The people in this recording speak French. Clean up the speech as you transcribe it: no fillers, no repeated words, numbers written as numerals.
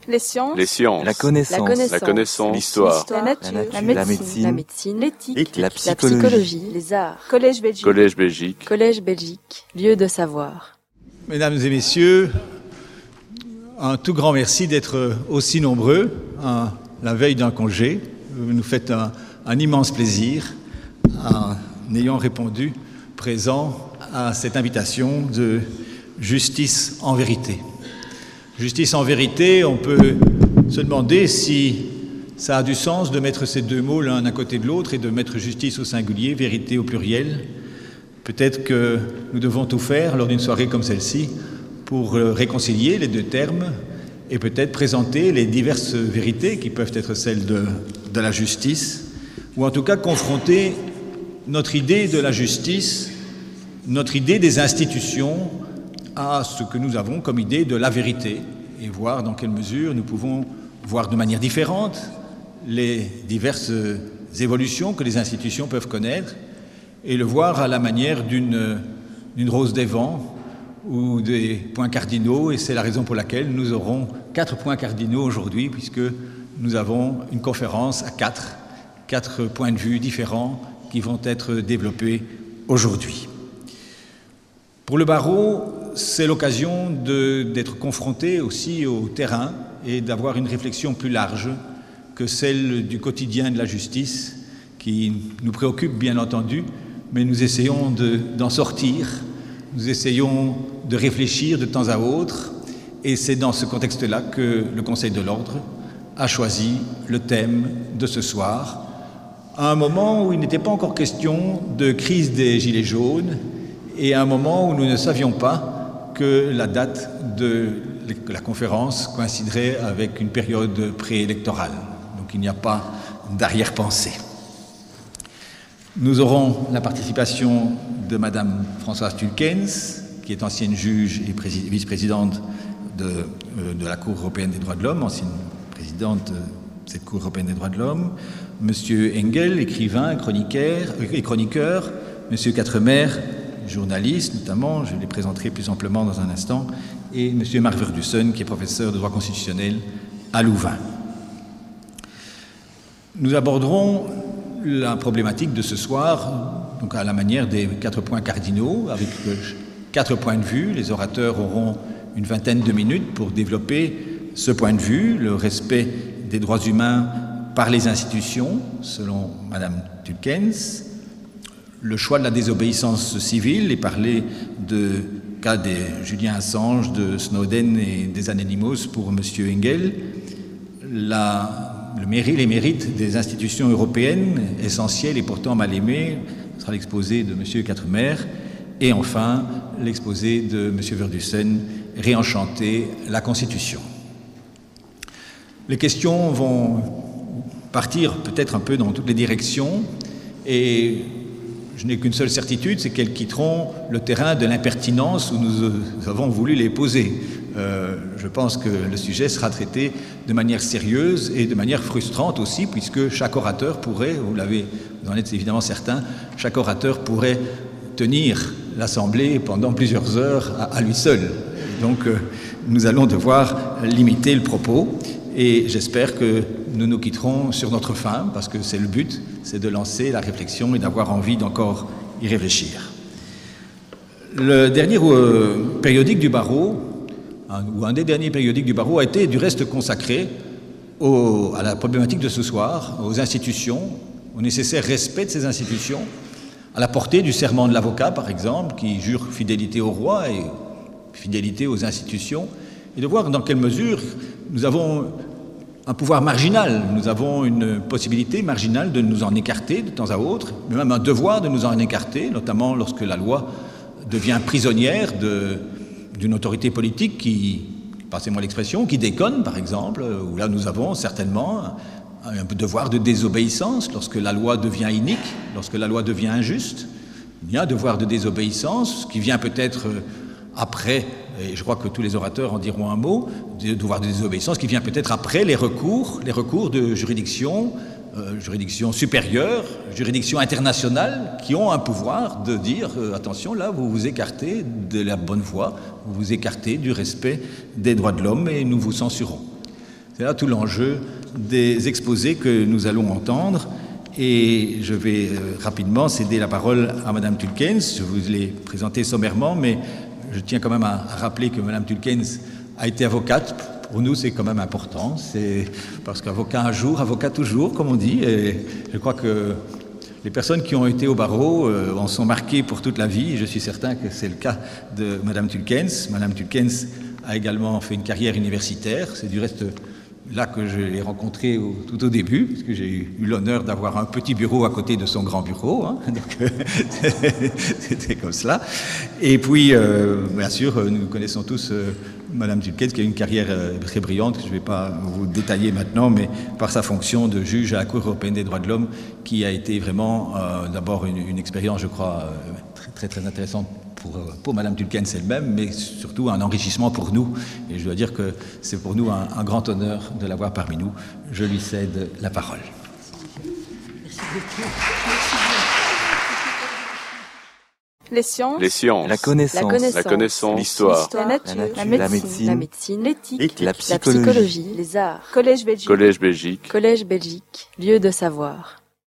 Les sciences. La connaissance. L'histoire. La médecine. L'éthique. La psychologie. Les arts. Collège Belgique. Collège Belgique. Lieu de savoir. Mesdames et messieurs, un tout grand merci d'être aussi nombreux à la veille d'un congé. Vous nous faites un immense plaisir en ayant répondu présent à cette invitation de justice en vérité. Justice en vérité, on peut se demander si ça a du sens de mettre ces deux mots l'un à côté de l'autre et de mettre justice au singulier, vérité au pluriel. Peut-être que nous devons tout faire lors d'une soirée comme celle-ci pour réconcilier les deux termes et peut-être présenter les diverses vérités qui peuvent être celles de la justice, ou en tout cas confronter notre idée de la justice, notre idée des institutions à ce que nous avons comme idée de la vérité et voir dans quelle mesure nous pouvons voir de manière différente les diverses évolutions que les institutions peuvent connaître et le voir à la manière d'une rose des vents ou des points cardinaux, et c'est la raison pour laquelle nous aurons 4 points cardinaux aujourd'hui, puisque nous avons une conférence à 4 points de vue différents qui vont être développés aujourd'hui. Pour le barreau, c'est l'occasion d'être confronté aussi au terrain et d'avoir une réflexion plus large que celle du quotidien de la justice qui nous préoccupe bien entendu, mais nous essayons d'en sortir, nous essayons de réfléchir de temps à autre, et c'est dans ce contexte-là que le Conseil de l'Ordre a choisi le thème de ce soir, à un moment où il n'était pas encore question de crise des Gilets jaunes, et à un moment où nous ne savions pas que la date de la conférence coïnciderait avec une période préélectorale. Donc il n'y a pas d'arrière-pensée. Nous aurons la participation de Madame Françoise Tulkens, qui est ancienne juge et vice-présidente de la Cour européenne des droits de l'homme, ancienne présidente de cette Cour européenne des droits de l'homme, Monsieur Engel, écrivain et chroniqueur, Monsieur Quatremer, journaliste notamment, je les présenterai plus amplement dans un instant, et M. Marc Verdussen, qui est professeur de droit constitutionnel à Louvain. Nous aborderons la problématique de ce soir, donc à la manière des 4 points cardinaux, avec 4 points de vue. Les orateurs auront une vingtaine de minutes pour développer ce point de vue, le respect des droits humains par les institutions, selon Mme Tulkens, le choix de la désobéissance civile et parler de cas des Julian Assange, de Snowden et des Anonymous pour M. Engel, les mérites des institutions européennes, essentielles et pourtant mal aimées, ce sera l'exposé de M. Quatremer, et enfin l'exposé de M. Verdussen, réenchanter la Constitution. Les questions vont partir peut-être un peu dans toutes les directions, et je n'ai qu'une seule certitude, c'est qu'elles quitteront le terrain de l'impertinence où nous avons voulu les poser. Je pense que le sujet sera traité de manière sérieuse et de manière frustrante aussi, puisque chaque orateur pourrait, vous en êtes évidemment certains, chaque orateur pourrait tenir l'Assemblée pendant plusieurs heures à lui seul. Donc nous allons devoir limiter le propos, et j'espère que nous nous quitterons sur notre faim, parce que c'est le but, c'est de lancer la réflexion et d'avoir envie d'encore y réfléchir. Le dernier périodique du barreau, ou un des derniers périodiques du barreau, a été du reste consacré à la problématique de ce soir, aux institutions, au nécessaire respect de ces institutions, à la portée du serment de l'avocat, par exemple, qui jure fidélité au roi et fidélité aux institutions, et de voir dans quelle mesure nous avons un pouvoir marginal, nous avons une possibilité marginale de nous en écarter de temps à autre, mais même un devoir de nous en écarter, notamment lorsque la loi devient prisonnière d'une autorité politique qui, passez-moi l'expression, qui déconne, par exemple, où là nous avons certainement un devoir de désobéissance lorsque la loi devient inique, lorsque la loi devient injuste. Il y a un devoir de désobéissance qui vient peut-être après, et je crois que tous les orateurs en diront un mot, du devoir de désobéissance qui vient peut-être après les recours de juridiction supérieure, juridiction internationale, qui ont un pouvoir de dire attention, là vous vous écartez de la bonne voie, vous vous écartez du respect des droits de l'homme et nous vous censurons. C'est là tout l'enjeu des exposés que nous allons entendre. Et je vais rapidement céder la parole à Madame Tulkens. Je vous l'ai présenté sommairement, mais je tiens quand même à rappeler que Madame Tulkens a été avocate. Pour nous, c'est quand même important. C'est parce qu'avocat un jour, avocat toujours, comme on dit. Et je crois que les personnes qui ont été au barreau en sont marquées pour toute la vie. Je suis certain que c'est le cas de Madame Tulkens. Madame Tulkens a également fait une carrière universitaire. C'est du reste là que je l'ai rencontrée tout au début, parce que j'ai eu l'honneur d'avoir un petit bureau à côté de son grand bureau. Hein, donc c'était comme cela. Et puis, bien sûr, nous connaissons tous Madame Tulkens, qui a une carrière très brillante, que je ne vais pas vous détailler maintenant, mais par sa fonction de juge à la Cour européenne des droits de l'homme, qui a été vraiment d'abord une expérience, je crois, très, très intéressante pour Madame Tulkens elle-même, mais surtout un enrichissement pour nous. Et je dois dire que c'est pour nous un grand honneur de l'avoir parmi nous. Je lui cède la parole. Merci beaucoup. Les sciences, la connaissance, l'histoire, la nature, la médecine, l'éthique, la psychologie, les arts. Collège Belgique. Lieu de savoir.